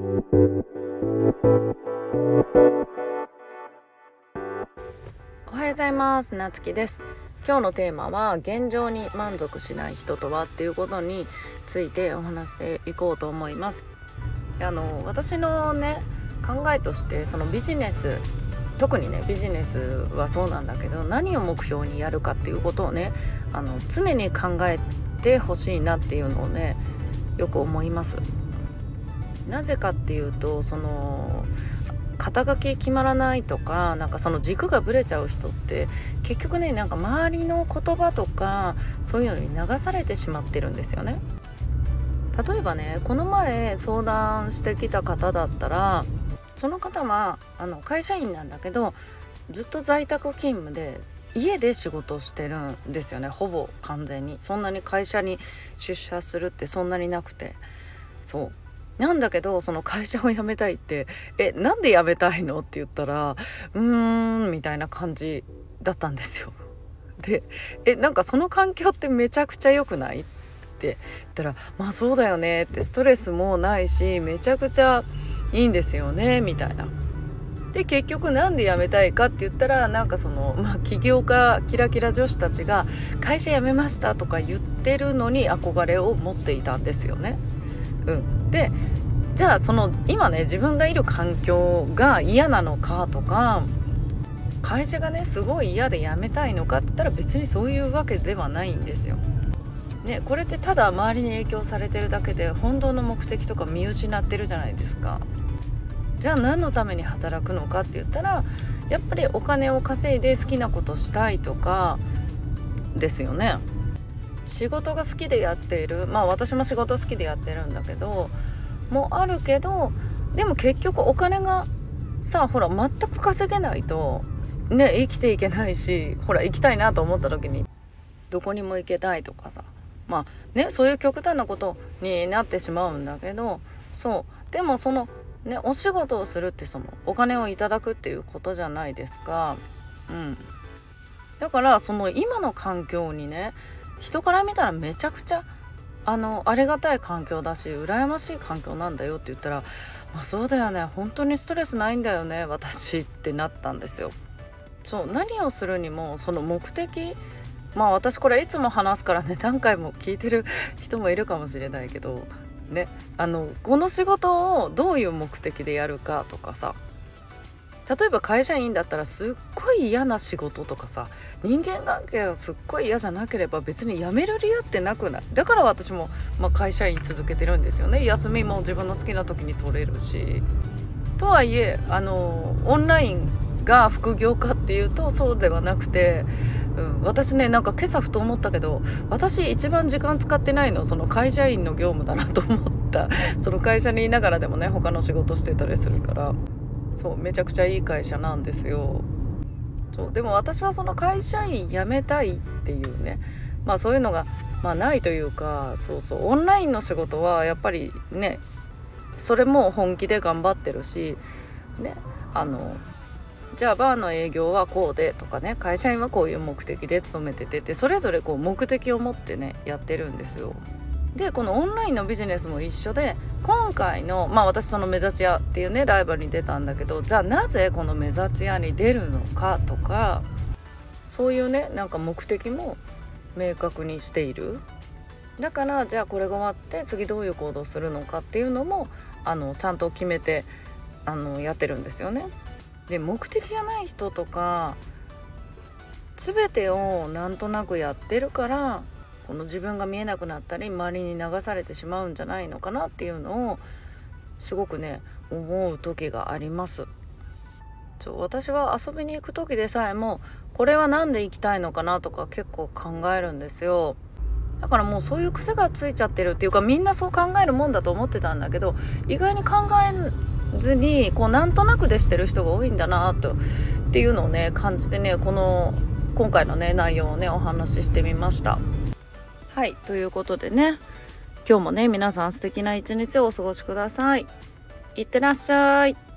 おはようございます。なつきです。今日のテーマは現状に満足しない人とはっていうことについてお話していこうと思います。私のね考えとして、そのビジネス、特にねビジネスはそうなんだけど、何を目標にやるかっていうことをね常に考えてほしいなっていうのをねよく思います。なぜかっていうと、その肩書き決まらないとか、なんかその軸がぶれちゃう人って結局ね、なんか周りの言葉とかそういうのに流されてしまってるんですよね。例えばね、この前相談してきた方だったら、その方は会社員なんだけど、ずっと在宅勤務で家で仕事をしてるんですよね。ほぼ完全に。そんなに会社に出社するってそんなになくて、そうなんだけど、その会社を辞めたいって、なんで辞めたいのって言ったら、みたいな感じだったんですよ。で、なんかその環境ってめちゃくちゃ良くないって言ったら、まあそうだよねって、ストレスもないしめちゃくちゃいいんですよねみたいな。で結局なんで辞めたいかって言ったら、なんかその、起業家キラキラ女子たちが会社辞めましたとか言ってるのに憧れを持っていたんですよね。で、じゃあその今ね自分がいる環境が嫌なのかとか、会社がねすごい嫌で辞めたいのかって言ったら、別にそういうわけではないんですよ。ね、これってただ周りに影響されてるだけで、本当の目的とか見失ってるじゃないですか。じゃあ何のために働くのかって言ったら、やっぱりお金を稼いで好きなことしたいとかですよね。仕事が好きでやっている、私も仕事好きでやってるんだけどもあるけど、でも結局お金がさ、ほら全く稼げないとね生きていけないし、ほら行きたいなと思った時にどこにも行けないとかさ、そういう極端なことになってしまうんだけど、そうでもそのね、お仕事をするってそのお金をいただくっていうことじゃないですか。だからその今の環境にね、人から見たらめちゃくちゃありがたい環境だし羨ましい環境なんだよって言ったら、そうだよね、本当にストレスないんだよね私ってなったんですよ。何をするにもその目的、私これいつも話すからね、何回も聞いてる人もいるかもしれないけどね、この仕事をどういう目的でやるかとかさ、例えば会社員だったらすっごい嫌な仕事とかさ、人間関係がすっごい嫌じゃなければ別に辞める理由ってなくない？だから私も、会社員続けてるんですよね。休みも自分の好きな時に取れるし。とはいえオンラインが副業かっていうとそうではなくて、私ね、なんか今朝ふと思ったけど、私一番時間使ってないのその会社員の業務だなと思った。その会社にいながらでもね他の仕事してたりするから、めちゃくちゃいい会社なんですよ。でも私はその会社員辞めたいっていうね、そういうのがないというか、オンラインの仕事はやっぱりね、それも本気で頑張ってるしね、じゃあバーの営業はこうでとかね、会社員はこういう目的で勤めててって、それぞれこう目的を持ってねやってるんですよ。でこのオンラインのビジネスも一緒で、今回の私その目立ち屋っていうねライバルに出たんだけど、じゃあなぜこの目立ち屋に出るのかとか、そういうねなんか目的も明確にしている。だからじゃあこれが終わって次どういう行動するのかっていうのもちゃんと決めてやってるんですよね。で目的がない人とか全てをなんとなくやってるから、この自分が見えなくなったり周りに流されてしまうんじゃないのかなっていうのをすごくね思う時があります。私は遊びに行く時でさえも、これはなんで行きたいのかなとか結構考えるんですよ。だからもうそういう癖がついちゃってるっていうか、みんなそう考えるもんだと思ってたんだけど、意外に考えずになんとなくでしてる人が多いんだなっていうのをね感じてね、今回のね内容をねお話ししてみました。はい、ということでね、今日もね皆さん素敵な一日をお過ごしください。いってらっしゃい。